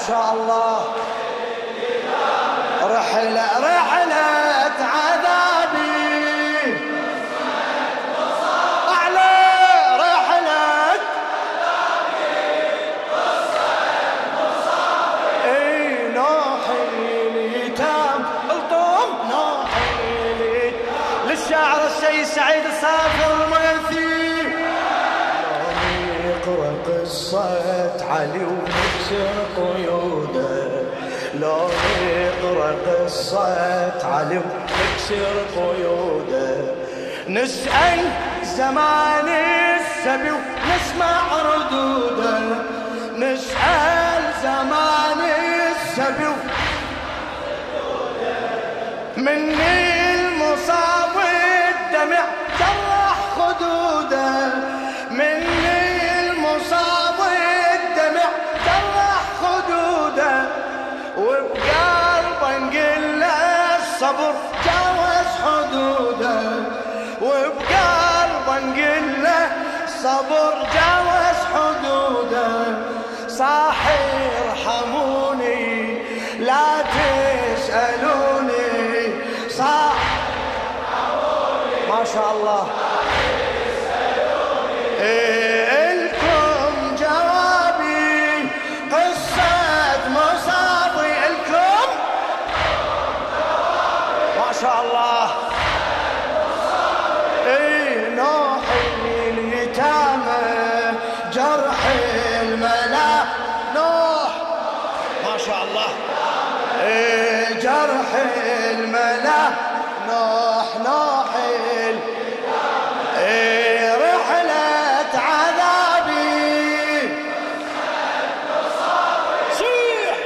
شاء الله. رحلة عذابي أعلى، رحلة اي نوحي اليتام الطوم، نوحي للشاعر السيد سعيد الصافي المغثي. يقرأ قصة علي ونكسر قيوده، لو نقرأ قصة علي ونكسر قيوده، نسأل زمان السبي ونسمع ردوده، نسأل زمان السبي مني المصاب والدمع جرح خدوده، مني المصاب والدمع جرح خدوده، وبقلبه نقول له الصبر جاوز حدوده، وبقلبه نقول له الصبر جاوز حدوده. صاحي ارحموني لا تسألوني، صاحي ارحموني ما شاء الله. الكم جوابي قصة مصابي، الكم ما شاء الله. نوحي اليتامى جرح الملا، نوح ما شاء الله. جرح الملا نوح، نوحي رحلة عذابي صيح،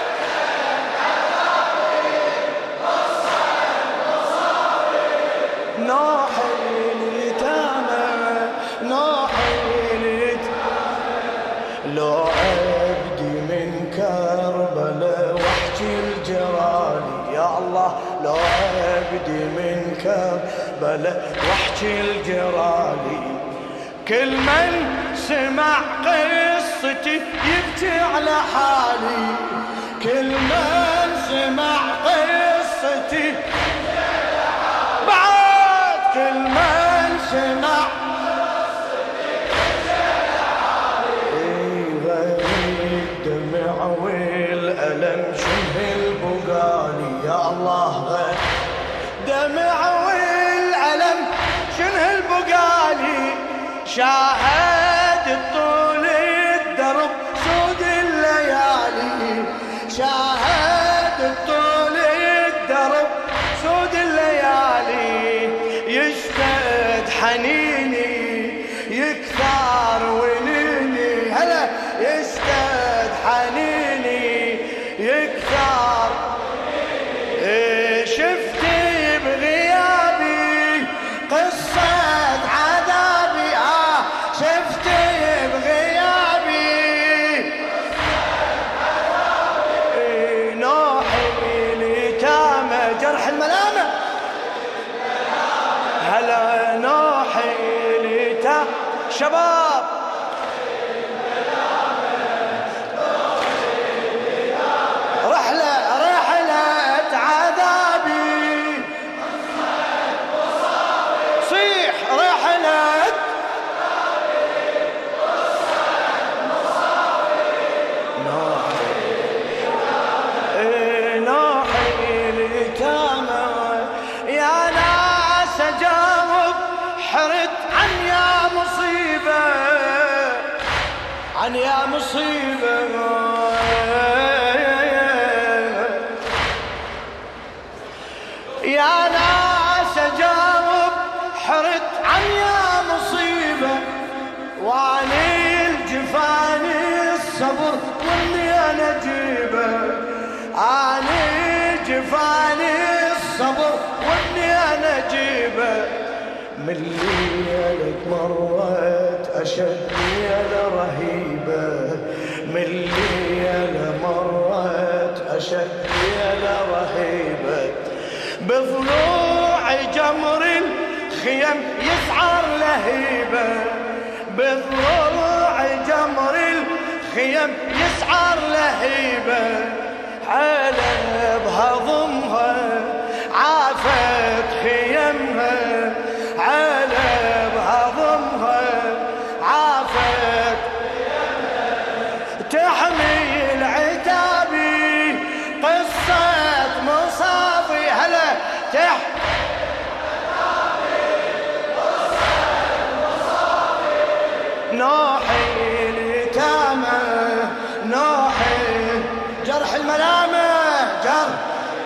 نوحي اليتامى، نوحي اليتامى. لو أبدي من كربلاء واحكي الجرالي يا الله، لو أبدي من كربلاء واحكي الجرالي، كل من سمع قصتي يبكي على حالي، كل من سمع قصتي يبكي على حالي، بعد كل من سمع قصتي يبكي على حالي. غير الدمع والألم شبه البقالي يا الله، غير دمع والألم شنه البقالي، شاهد طول الدرب سود الليالي، شاهد طول الدرب سود الليالي، يشتد حنيني يكثر وليني، هلا يشتد حنيني يكثر، شفتي بغيابي قصة عذابي، شفتي بغيابي نوحي اليتامى جرح الملامة، هلا نوحي اليتامى شباب. رحلة عذابي صيح، رحلة نوحي اليتامى. يا ناس اجاوب حرت عن يا مصيبة، عن يا مصيبة، يا ناس اجاوب حرت عن يا مصيبة، وعن الجفان الصبر واني انا اجيبه، عن الجفان الصبر واني انا اجيبه. من ليلة مرت اشد ليلة رهيبة، من ليلة مرت اشد ليلة رهيبة، بضلوع جمر الخيم يسعر لهيبة، بضلوع جمر خيم يسعر لهيبة، حلبها ضمها عافت خيمها، علبها ضمها عافت خيمها، تحمي العتابي قصة مصافي، هلا تحمي نوحي اليتامى، نوحي جرح الملامة، جرح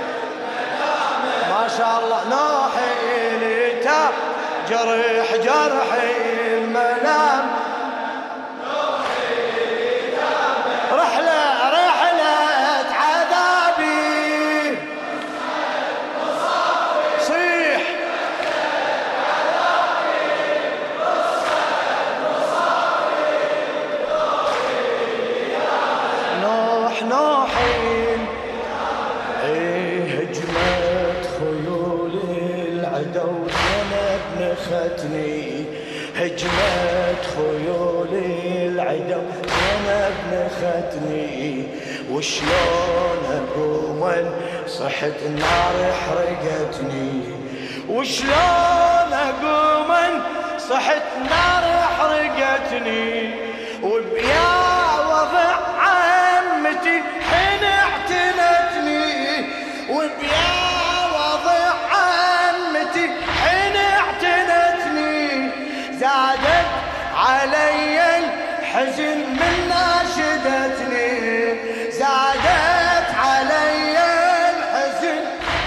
ما شاء الله، نوحي اليتامى جرح الملام، رحلة عذابي صيح نوحين هجمت خيول العدو زينب نختني، هجمت خيول العدو زينب نختني، وشلون اقوم صحت النار حرقتني، وشلون اقوم صحت النار حرقتني، وبيا وضع عمتي حين اعتنتني، وبيا وضع عمتي حين اعتنتني، زادت علي الحزن من ناشدتني، زادت علي الحزن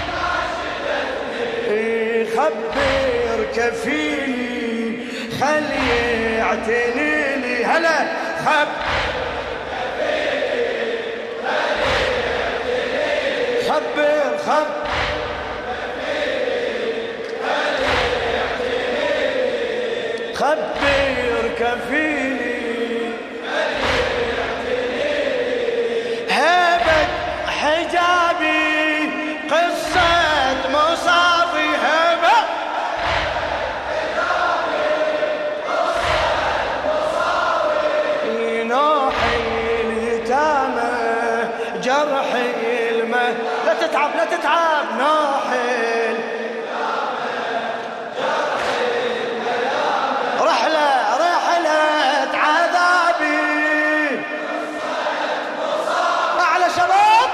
ناشدتني، خبر كفيلي خلي يعتني لي، هلا خبر خبر كفيلي هبت حجابي قصة مصافي، هبت نوحي اليتامى جرحي لا تتعب نوحل رحلة عذابي، أعلى شباب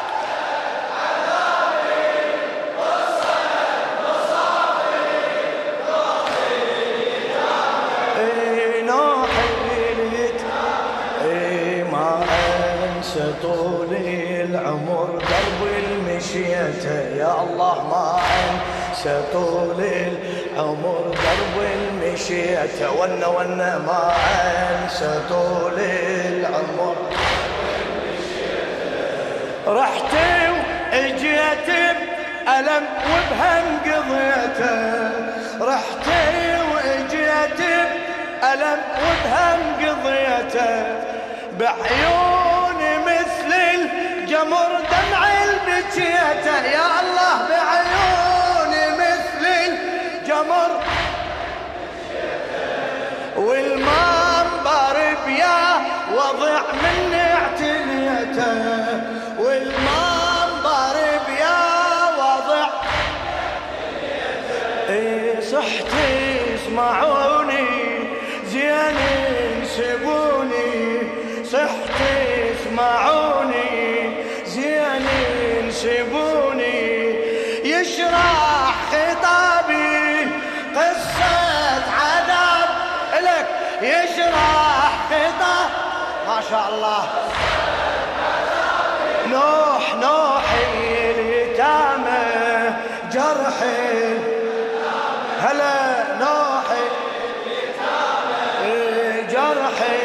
نوحل ما أنسى طول العمر درب المشيته، يا الله ما أنسى طول العمر درب المشيته، ونا ما أنسى طول العمر، رحت وإجيت بألم وبهم قضيته، رحت وإجيت بألم وبهم قضيته، بعيوني مثل الجمر دمع البكيته، يا الله بعيوني مثل الجمر، والمنبر بيا وضع من اعتنيته، والمنبر بيا وضع صحت اسمعوني زين انسبوني، صحت اسمعوني زين انسبوني، يشرح خطابي قصة عذاب إلك، يشرح خطاب ما شاء الله، نوحي اليتامى جرحي، هلا نوحي جرحي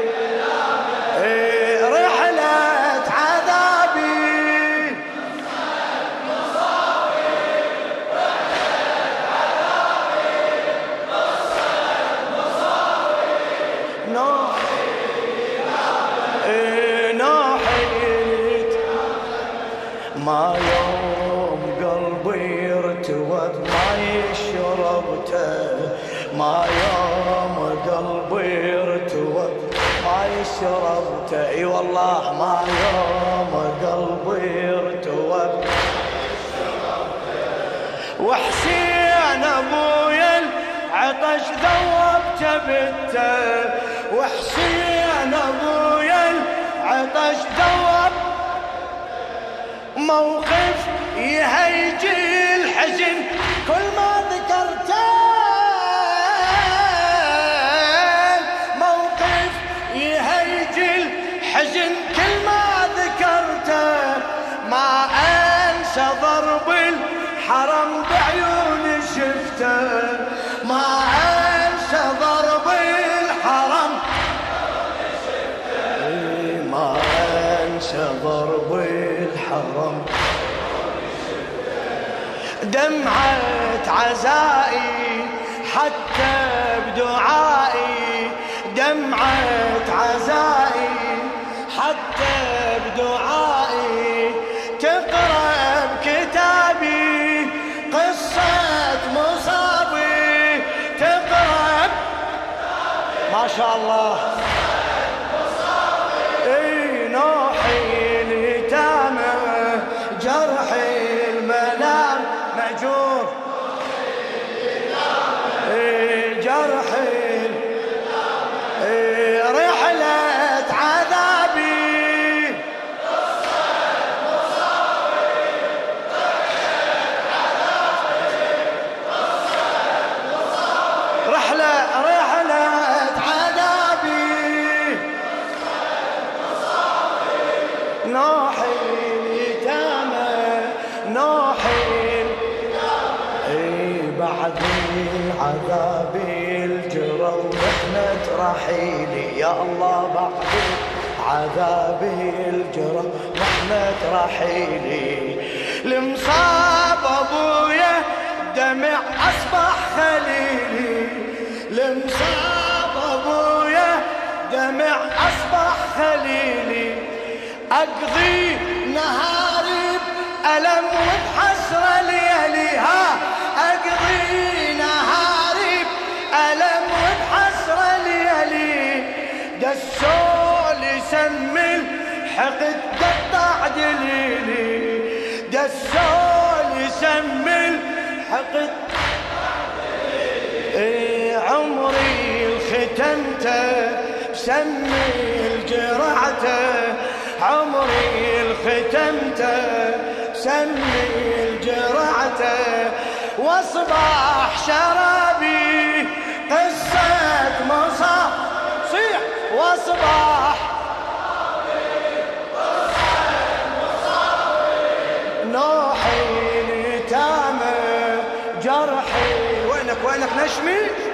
رحلة عذابي، ما يوم قلبي ارتوت ما يشربته، ما يوم قلبي ارتوت ما شربت، اي والله ما يوم قلبي ارتوى. وحسين ابويا العطش ذوبته بته، وحسين ابويا العطش ذوب. موقف يهيج الحزن كل ما ذكرته، موقف يهيج الحزن كل ما ذكرته. ما انسى ضرب الحرم بعيوني شفته، ما انسى ضرب الحرم، ما انسى ضرب الحرم. دمعة عزائي حتى بدعائي، دمعة عزائي حتى بدعائي. تقرأ بكتابي قصة مصابي، تقرأ ما شاء الله نوحي اليتامى جرحي المنام مأجور، جرحي رحلة عذابي، رحلة نوحي اليتامى، نوحي بعد العذاب الجرى ومحنة رحيلي. يا الله بعد العذاب الجرى محنة رحيلي. المصاب ابويا دمع اصبح خليلي، المصاب ابويا دمع اصبح خليلي. أقضي نهاري بألم وبحسرة لياليها، أقضي نهاري بألم وبحسرة ليالي. دسول يسمي الحقد قطع دليلي، دسول يسمي الحقد عمري الختمته بسمي الجرعته، عمري الختمته سمي الجرعته. واصبح شرابي قصة مصاب، صيح واصبح نوحي اليتامى جرحي. وينك نشمي؟